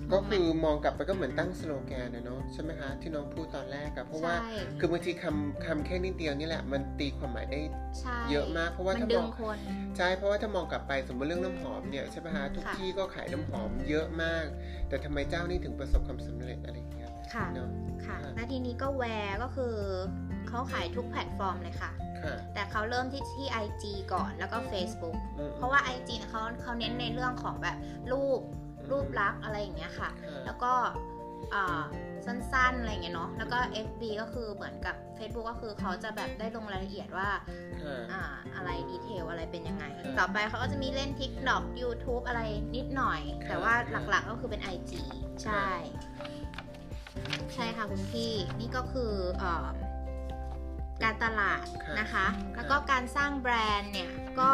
ก็คือมองกลับไปก็เหมือนตั้งสโลแกนนะเนาะใช่ไหมคะที่น้องพูดตอนแรกอะเพราะว่าคือบางทีคำคำแค่นิดเดียวนี่แหละมันตีความหมายได้เยอะมากเพราะว่าถ้ามองใช่เพราะว่าถ้ามองกลับไปสมมติเรื่องน้ำหอมเนี่ยใช่ไหมคะทุกที่ก็ขายน้ำหอมเยอะมากแต่ทำไมเจ้านี่ถึงประสบความสำเร็จอะไรอย่างเงี้ยค่ะเนาะค่ะและทีนี้ก็แวร์ก็คือเขาขายทุกแพลตฟอร์มเลยค่ะแต่เขาเริ่มที่ที่ ไอ จี ก่อนแล้วก็ Facebook เพราะว่า ไอ จี เนี่ยเขาเขาเน้นในเรื่องของแบบรูปรูปลักษณ์อะไรอย่างเงี้ยค่ะแล้วก็สั้นๆอะไรอย่างเงี้ยเนาะแล้วก็ เอฟ บี ก็คือเหมือนกับ Facebook ก็คือเขาจะแบบได้ลงรายละเอียดว่าอ่าอะไรดีเทลอะไรเป็นยังไงต่อไปเขาก็จะมีเล่น TikTok YouTube อะไรนิดหน่อยแต่ว่าหลักๆก็คือเป็น ไอ จี ใช่ใช่ค่ะคุณพี่นี่ก็คือการตลาดนะคะแล้วก็การสร้างแบรนด์เนี่ยก็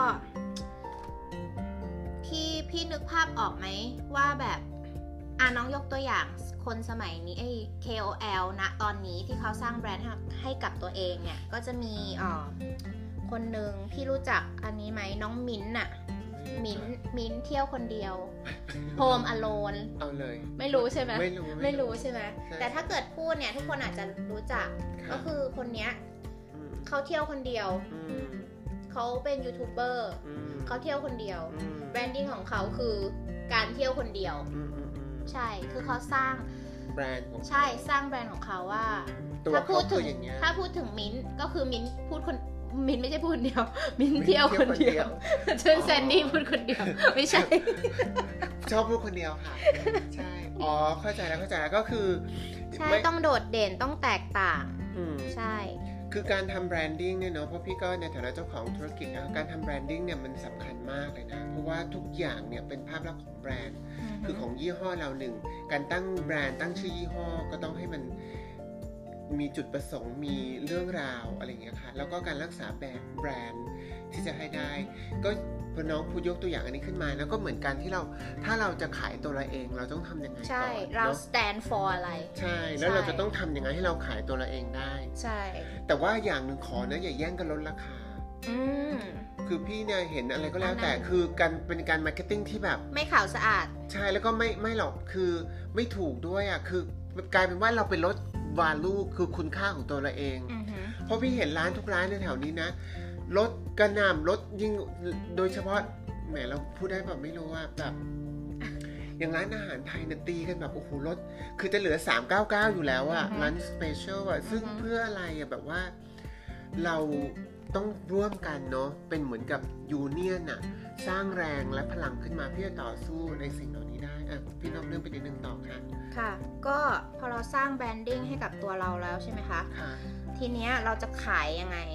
พี่พี่นึกภาพออกไหมว่าแบบอ่ะน้องยกตัวอย่างคนสมัยนี้ไอ้ เค โอ แอล นะตอนนี้ที่เขาสร้างแบรนด์ให้กับตัวเองเนี่ยก็จะมีอ่อคนหนึ่งพี่รู้จักอันนี้ไหมน้องมิ้นท์น่ะมิ้นมิ้นเที่ยวคนเดียวโฮมอโลนเอาเลยไม่รู้ใช่ไหมไม่รู้ไม่รู้ใช่ไหมแต่ถ้าเกิดพูดเนี่ยทุกคนอาจจะรู้จักก็คือคนเนี้ยเขาเที่ยวคนเดียวเขาเป็นยูทูบเบอร์เขาเที่ยวคนเดียวแบรนดิ้งของเขาคือการเที่ยวคนเดียวใช่คือเขาสร้างแบรนด์ใช่สร้างแบรนด์ของเขาว่าถ้าพูดถึงถ้าพูดถึงมิ้นก็คือมิ้นพูดคนมิ้นไม่ใช่พูดคนเดียวมิ้นเที่ยวคนเดียวเชิญแซนดี้พูดคนเดียวไม่ใช่ชอบพูดคนเดียวค่ะใช่อ๋อเข้าใจแล้วเข้าใจแล้วก็คือใช่ต้องโดดเด่นต้องแตกต่างใช่คือการทำแบรนดิ้งเนี่ยเนาะเพราะพี่ก็ในฐานะเจ้าของธุรกิจนะการทำแบรนดิ้งเนี่ยมันสำคัญมากเลยนะเพราะว่าทุกอย่างเนี่ยเป็นภาพลักษณ์ของแบรนด์คือของยี่ห้อเราหนึ่งการตั้งแบรนด์ตั้งชื่อยี่ห้อก็ต้องให้มันมีจุดประสงค์มีเรื่องราวอะไรอย่างเงี้ยค่ะแล้วก็การรักษาแบบแบรนด์ที่จะให้ได้ก็พอน้องพูดยกตัวอย่างอันนี้ขึ้นมาแล้วก็เหมือนกันที่เราถ้าเราจะขายตัวเราเองเราต้องทำยังไงก่อนใช่เรา stand for อะไรใช่แล้วเราจะต้องทำยังไงให้เราขายตัวเราเองได้ใช่แต่ว่าอย่างหนึ่งขอนะอย่าแย่งกันลดราคาอืมคือพี่เนี่ยเห็นอะไรก็แล้วแต่คือการเป็นการมาร์เก็ตติ้งที่แบบไม่ขาวสะอาดใช่แล้วก็ไม่ไม่หรอกคือไม่ถูกด้วยอ่ะคือกลายเป็นว่าเราไปลด value คือคุณค่าของตัวเราเองเพราะพี่เห็นร้านทุกร้านในแถวนี้นะลดกระหน่ำลดยิ่งโดยเฉพาะแหมเราพูดได้แบบไม่รู้ว่าแบบอย่างร้านอาหารไทยเนี่ยตีกันแบบโอ้โหลดคือจะเหลือสามร้อยเก้าสิบเก้าอยู่แล้วอ่ะร้านสเปเชียลอ่ะซึ่งเพื่ออะไรอ่ะแบบว่าเราต้องร่วมกันเนาะเป็นเหมือนกับยูเนียนอ่ะสร้างแรงและพลังขึ้นมาเพื่อต่อสู้ในสิ่งเหล่านี้ได้อ่ะพี่น้องเรื่องไปนิดนึงต่อค่ะค่ะก็พอเราสร้างแบรนดิ้งให้กับตัวเราแล้วใช่ไหมคะค่ะทีเนี้ยเราจะขายยังไง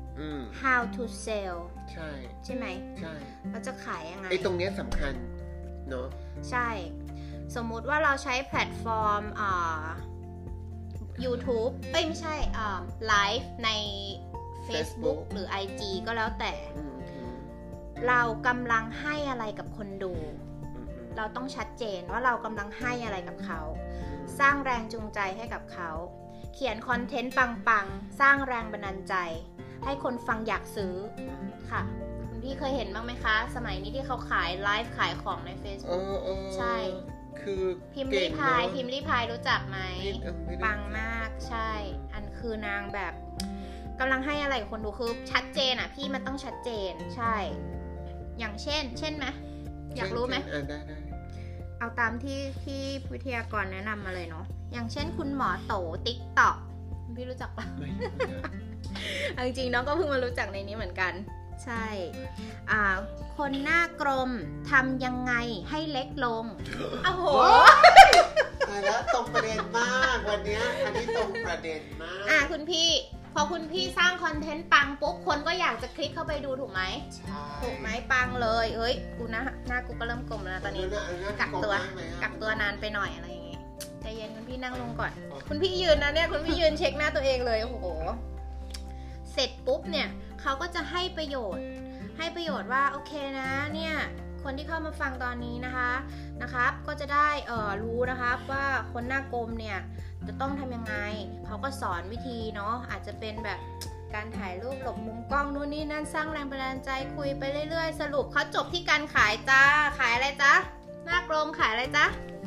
how to sell ใช่ใช่ไหมใช่เราจะขายยังไงไอ้ตรงนี้สำคัญเนาะใช่สมมุติว่าเราใช้แพลตฟอร์มอ่า YouTube เอ้ยไม่ใช่อ่าไลฟ์ใน Facebook หรือ ไอ จี ก็แล้วแต่เรากำลังให้อะไรกับคนดูเราต้องชัดเจนว่าเรากำลังให้อะไรกับเขาสร้างแรงจูงใจให้กับเขาเขียนคอนเทนต์ปังๆสร้างแรงบันดาลใจให้คนฟังอยากซื้อค่ะคุณพี่เคยเห็นบ้างไหมคะสมัยนี้ที่เขาขายไลฟ์ขายของใน Facebook ใช่คือพิมพ์รีพายพิมพ์รีพายรู้จักไหมปังมากใช่อันคือนางแบบกำลังให้อะไรกับคนดูคือชัดเจนอ่ะพี่มันต้องชัดเจนใช่อย่างเช่นเช่นไหมอยากรู้ไหมได้ได้เอาตามที่ที่วิทยากรแนะนำมาเลยเนาะอย่างเช่นคุณหมอโต TikTok พี่รู้จักปะไม่จริงๆน้องก็เพิ่งมารู้จักในนี้เหมือนกันใช่อ่าคนหน้ากลมทำยังไงให้เล็กลงอ้าวโหแล้วตรงประเด็นมากวันนี้อันนี้ตรงประเด็นมากอ่าคุณพี่พอคุณพี่สร้างคอนเทนต์ปังปุ๊บคนก็อยากจะคลิกเข้าไปดูถูกไหมใช่ถูกไหมปังเลยเฮ้ยกูนะหน้ากูก็เริ่มกลมแล้วตอนนี้กักตัวกักตัวนานไปหน่อยอะไรอย่างงี้ใจเย็นคุณพี่นั่งลงก่อนคุณพี่ยืนนะเนี่ยคุณพี่ยืนเช็คหน้าตัวเองเลยโอ้โหเสร็จปุ๊บเนี่ยเขาก็จะให้ประโยชน์ให้ประโยชน์ว่าโอเคนะเนี่ยคนที่เข้ามาฟังตอนนี้นะคะนะครับก็จะได้เอ่อรู้นะครับว่าคนหน้ากลมเนี่ยจะต้องทำยังไงเขาก็สอนวิธีเนาะอาจจะเป็นแบบการถ่ายรูปหลบมุมกล้องนู่นนี่นั่นสร้างแรงบันดาลใจคุยไปเรื่อยๆสรุปเขาจบที่การขายจ้าขายอะไรจ๊ะหน้ากลมขายอะไรจ๊ะข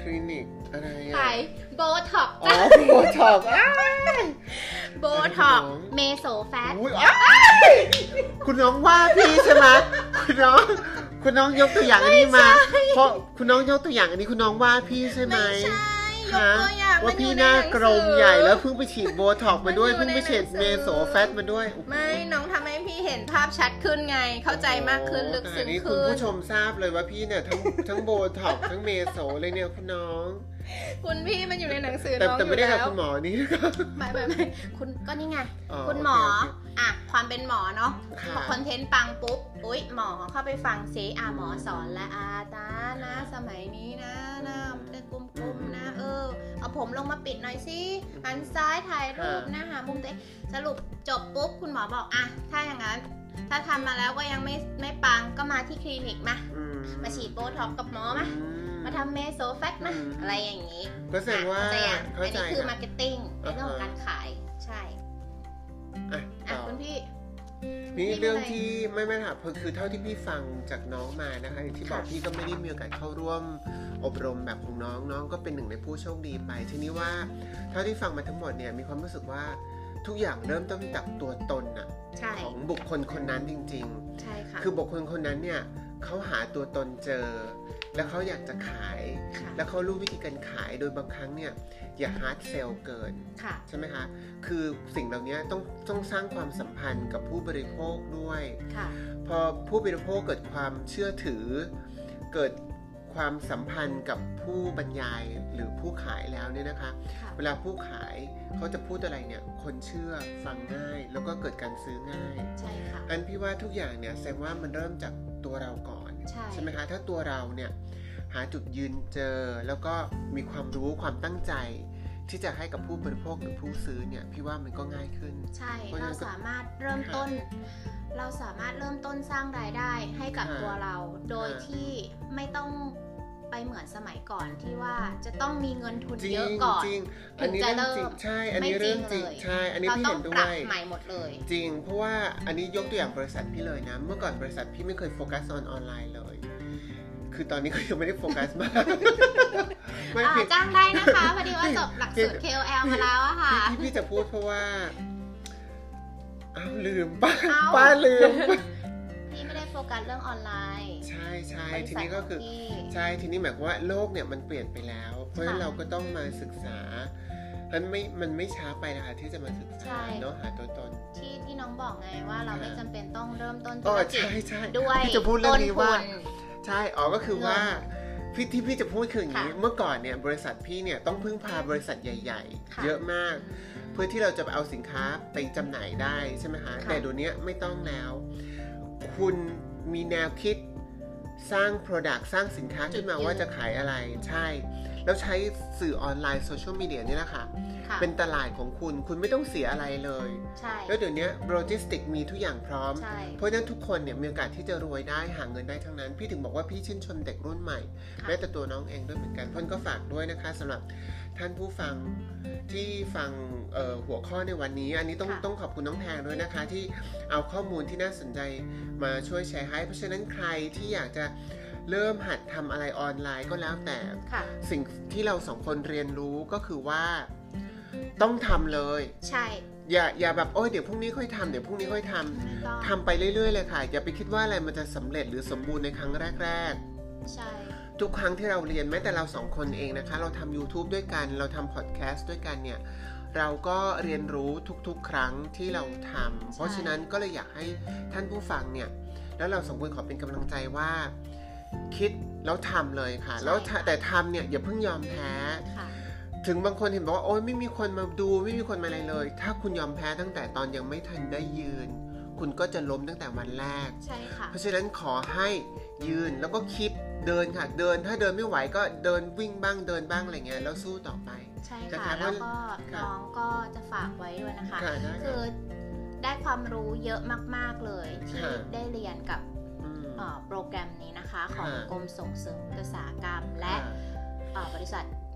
คลินิกอะไรอ่ะขายโบท็อกซ์อ๋อโบท็อกซ์โบท็อกซ์เมโซแฟตคุณน้องว่าพี่ใช่ไหมคุณน้องคุณน้องยกตัวอย่างอันนี้มาเพราะคุณน้องยกตัวอย่างอันนี้คุณน้องว่าพี่ใช่ไหมไม่ใช่ยกตัวอย่างว่าพี่หน้ากลมใหญ่แล้วเพิ่งไปฉีดโบท็อกซ์มาด้วยเพิ่งไปฉีดเมโซแฟตมาด้วยไม่น้องทำให้พี่เห็นภาพชัดขึ้นไงเข้าใจมากขึ้นลึกซึ้งขึ้นคุณผู้ชมทราบเลยว่าพี่เนี่ยทั้งทั้งโบท็อกซ์ทั้งเมโซเลยเนี่ยคุณน้องคุณพี่มันอยู่ในหนังสือน้องอยู่แล้วแต่ไม่ได้กับคุณหมอนี่ไม่ไม่ไม่คุณก็นี่ไงคุณหมออ่ะความเป็นหมอเนาะพอคอนเทนต์ปังปุ๊บอุ๊ยหมอเข้าไปฟังซิอ่ะหมอสอนและอาตานะสมัยนี้นะหน้าจะกลมๆนะเออเอาผมลงมาปิดหน่อยสิหันซ้ายถ่ายรูปนะหามุมเตะสรุปจบปุ๊บคุณหมอบอกอ่ะถ้าอย่างนั้นถ้าทำมาแล้วก็ยังไม่ไม่ปังก็มาที่คลินิกมามาฉีดโบท็อกซ์กับหมอมามาทำเมโซแฟตมาอะไรอย่างนี้ก็แสดงว่าอันนี้คือมาร์เก็ตติ้งในเรื่องของการขายใช่อ่ะคุณพี่นี่เรื่องที่ไม่ไม่ถามคือเท่าที่พี่ฟังจากน้องมานะคะอย่างที่บอกพี่ก็ไม่ได้มีโอกาสเข้าร่วมอบรมแบบของน้องน้องก็เป็นหนึ่งในผู้โชคดีไปทีนี้ว่าเท่าที่ฟังมาทั้งหมดเนี่ยมีความรู้สึกว่าทุกอย่างเริ่มต้นจากตัวตนอะของบุคคลคนนั้นจริงๆใช่ค่ะคือบุคคลคนนั้นเนี่ยเขาหาตัวตนเจอแล้วเขาอยากจะขายแล้วเขารู้วิธีการขายโดยบางครั้งเนี่ยอย่าฮาร์ดเซลเกินใช่ไหมคะคือสิ่งเหล่านี้ต้องต้องสร้างความสัมพันธ์กับผู้บริโภคด้วยพอผู้บริโภคเกิดความเชื่อถือเกิดความสัมพันธ์กับผู้บรรยายหรือผู้ขายแล้วเนี่ยนะคะเวลาผู้ขายเขาจะพูดอะไรเนี่ยคนเชื่อฟังง่ายแล้วก็เกิดการซื้อง่ายใช่ค่ะอันพี่ว่าทุกอย่างเนี่ยแสดงว่ามันเริ่มจากตัวเราก่อนใช่ใช่ไหมคะถ้าตัวเราเนี่ยหาจุดยืนเจอแล้วก็มีความรู้ความตั้งใจที่จะให้กับผู้บริโภคหรือผู้ซื้อเนี่ยพี่ว่ามันก็ง่ายขึ้นใช่เราสามารถเริ่มต้นเราสามารถเริ่มต้นสร้างรายได้ให้กับตัวเราโดยที่ไม่ต้องไปเหมือนสมัยก่อนที่ว่าจะต้องมีเงินทุนเยอะก่อนถึงจะเริ่มใช่อันนี้เรื่องจริงใช่อันนี้พี่เห็นด้วยเราต้องปรับใหม่หมดเลยจริงเพราะว่าอันนี้ยกตัวอย่างบริษัทพี่เลยนะเมื่อก่อนบริษัทพี่ไม่เคยโฟกัสออนออนไลน์เลยคือตอนนี้ก็ยังไม่ได้โฟกัสมากจ้างได้นะคะพอดีว่าจบหลักสูตร เค โอ แอล มาแล้วอะค่ะที่พี่จะพูดเพราะว่าอ้าวลืมป้าป้าลืมพี่ไม่ได้โฟกัสเรื่องออนไลน์ใช่ใช่ทีนี้ก็คือใช่ทีนี้หมายความว่าโลกเนี่ยมันเปลี่ยนไปแล้วเพราะฉะนั้นเราก็ต้องมาศึกษามันไม่มันไม่ช้าไปนะคะที่จะมาศึกษาเนาะหาตัวตนที่ที่น้องบอกไงว่าเราไม่จำเป็นต้องเริ่มต้นธุรกิจด้วยต้นทุนใช่อ๋อก็คือว่าพี่ที่พี่จะพูดคืออย่างนี้เมื่อก่อนเนี่ยบริษัทพี่เนี่ยต้องพึ่งพาบริษัทใหญ่ๆเยอะมากเพื่อที่เราจะเอาสินค้าไปจำหน่ายได้ใช่ไหมคะแต่เดี๋ยวนี้ไม่ต้องแล้วคุณมีแนวคิดสร้าง Product สร้างสินค้าขึ้นมาว่าจะขายอะไรใช่แล้วใช้สื่อออนไลน์โซเชียลมีเดียนี่แหละค่ะเป็นตลาดของคุณคุณไม่ต้องเสียอะไรเลยแล้วเดี๋ยวนี้โลจิสติกมีทุกอย่างพร้อมเพราะฉะนั้นทุกคนเนี่ยมีโอกาสที่จะรวยได้หาเงินได้ทั้งนั้นพี่ถึงบอกว่าพี่ชื่นชมเด็กรุ่นใหม่แม้แต่ตัวน้องเองด้วยเหมือนกันเพื่อนก็ฝากด้วยนะคะสำหรับท่านผู้ฟังที่ฟังหัวข้อในวันนี้อันนี้ต้องต้องขอบคุณน้องแพงด้วยนะคะที่เอาข้อมูลที่น่าสนใจมาช่วยแชร์ให้เพราะฉะนั้นใครที่อยากจะเริ่มหัดทำอะไรออนไลน์ก็แล้วแต่สิ่งที่เราสองคนเรียนรู้ก็คือว่าต้องทำเลยใช่อย่าอย่าแบบโอ้ยเดี๋ยวพรุ่งนี้ค่อยทำเดี๋ยวพรุ่งนี้ค่อยทำทำไปเรื่อยๆเลยค่ะอย่าไปคิดว่าอะไรมันจะสำเร็จหรือสมบูรณ์ในครั้งแรกๆใช่ทุกครั้งที่เราเรียนแม้แต่เราสองคนเองนะคะเราทำ YouTube ด้วยกันเราทำพอดแคสต์ด้วยกันเนี่ยเราก็เรียนรู้ทุกๆครั้งที่เราทำเพราะฉะนั้นก็เลยอยากให้ท่านผู้ฟังเนี่ยแล้วเราสองคนขอเป็นกำลังใจว่าคิดแล้วทำเลยค่ะแล้วแต่ทำเนี่ยอย่าเพิ่งยอมแพ้ถึงบางคนเห็นบอกว่าโอ๊ยไม่มีคนมาดูไม่มีคนมาอะไรเลยถ้าคุณยอมแพ้ตั้งแต่ตอนยังไม่ทันได้ยืนคุณก็จะล้มตั้งแต่วันแรกใช่ค่ะเพราะฉะนั้นขอให้ยืนแล้วก็คิดเดินค่ะเดินถ้าเดินไม่ไหวก็เดินวิ่งบ้างเดินบ้างอะไรเงี้ยแล้วสู้ต่อไปใช่ค่ะแล้วก็น้องก็จะฝากไว้ด้วยนะคะคือได้ความรู้เยอะมากๆเลยที่ได้เรียนกับโปรแกรมนี้นะคะของกรมส่งเสริมอุตสาหกรรมและบริษัท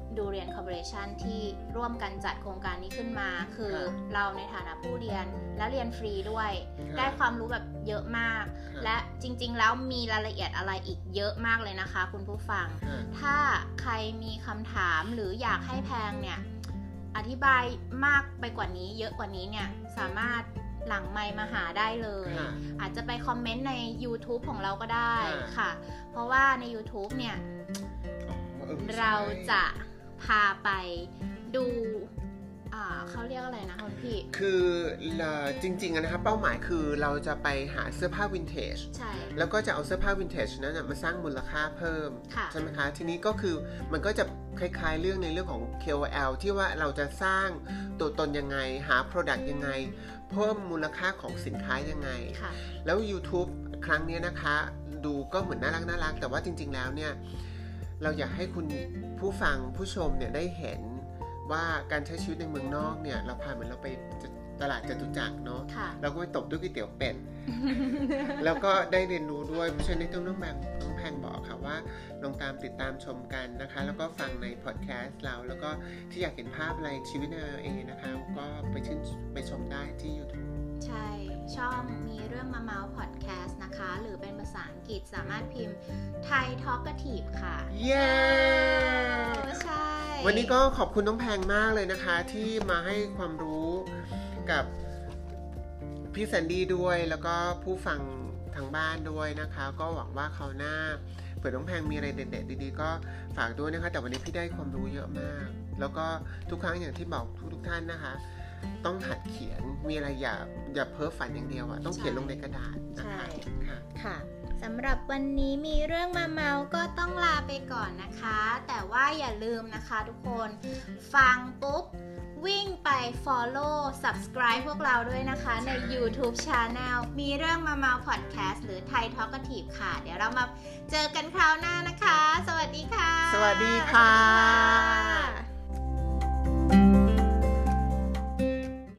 ดูเรียนคอร์ปอเรชันที่ร่วมกันจัดโครงการนี้ขึ้นมาคือเราในฐานะผู้เรียนและเรียนฟรีด้วยได้ความรู้แบบเยอะมากและจริงๆแล้วมีรายละเอียดอะไรอีกเยอะมากเลยนะคะคุณผู้ฟังถ้าใครมีคำถามหรืออยากให้แพงเนี่ยอธิบายมากไปกว่านี้เยอะกว่านี้เนี่ยสามารถหลังไมค์มาหาได้เลยอาจจะไปคอมเมนต์ใน YouTube ของเราก็ได้ค่ะเพราะว่าใน YouTube เนี่ยเราจะพาไปดูเขาเรียกอะไรนะคุณพี่คือจริงๆนะครับเป้าหมายคือเราจะไปหาเสื้อผ้าวินเทจใช่แล้วก็จะเอาเสื้อผ้าวินเทจนั้นมาสร้างมูลค่าเพิ่มใช่ไหมคะทีนี้ก็คือมันก็จะคล้ายๆเรื่องในเรื่องของ เค โอ แอล ที่ว่าเราจะสร้างตัวตนยังไงหา Product ยังไงเพิ่มมูลค่าของสินค้ายังไงแล้ว YouTube ครั้งนี้นะคะดูก็เหมือนน่ารักน่ารักแต่ว่าจริงๆแล้วเนี่ยเราอยากให้คุณผู้ฟังผู้ชมเนี่ยได้เห็นว่าการใช้ชีวิตในเมืองนอกเนี่ยเราพาเหมือนเราไปตลาดจตุจักรเนาะเราก็ไปตบด้วยก๋วยเตี๋ยวเป็ด แล้วก็ได้เรียนรู้ด้วยเพราะฉะนั้นต้องน้องแบงน้องแพงบอกค่ะว่าลองตามติดตามชมกันนะคะแล้วก็ฟังในพอดแคสต์เราแล้วก็ที่อยากเห็นภาพอะไรชีวิตใน แอล เอ นะคะก็ไปชื่นไปชมได้ที่ YouTube ใช่ช่องมีเรื่องมาเมาส์พอดแคสต์นะคะหรือเป็นภาษาอังกฤษสามารถพิมพ์ไทยทอล์กทีฟค่ะเย้ใช่วันนี้ก็ขอบคุณน้องแพงมากเลยนะคะที่มาให้ความรู้กับพี่แซนดี้ด้วยแล้วก็ผู้ฟังทางบ้านด้วยนะคะก็หวังว่าคราวหน้าเผื่อน้องแพงมีอะไรเด็ดๆดีๆก็ฝากด้วยนะคะแต่วันนี้พี่ได้ความรู้เยอะมากแล้วก็ทุกครั้งอย่างที่บอกทุกๆท่านนะคะต้องหัดเขียนมีอะไรอย่าอย่าเพ้อฝันอย่างเดียวอะต้องเขียนลงในกระดาษนะคะค่ะค่ะสำหรับวันนี้มีเรื่องมาเมาก็ต้องลาไปก่อนนะคะแต่ว่าอย่าลืมนะคะทุกคนฟังปุ๊บวิ่งไป follow subscribe พวกเราด้วยนะคะใน YouTube Channel มีเรื่องมาเมา Podcast หรือ Thai Talkative ค่ะเดี๋ยวเรามาเจอกันคราวหน้านะคะสวัสดีค่ะสวัสดีค่ะ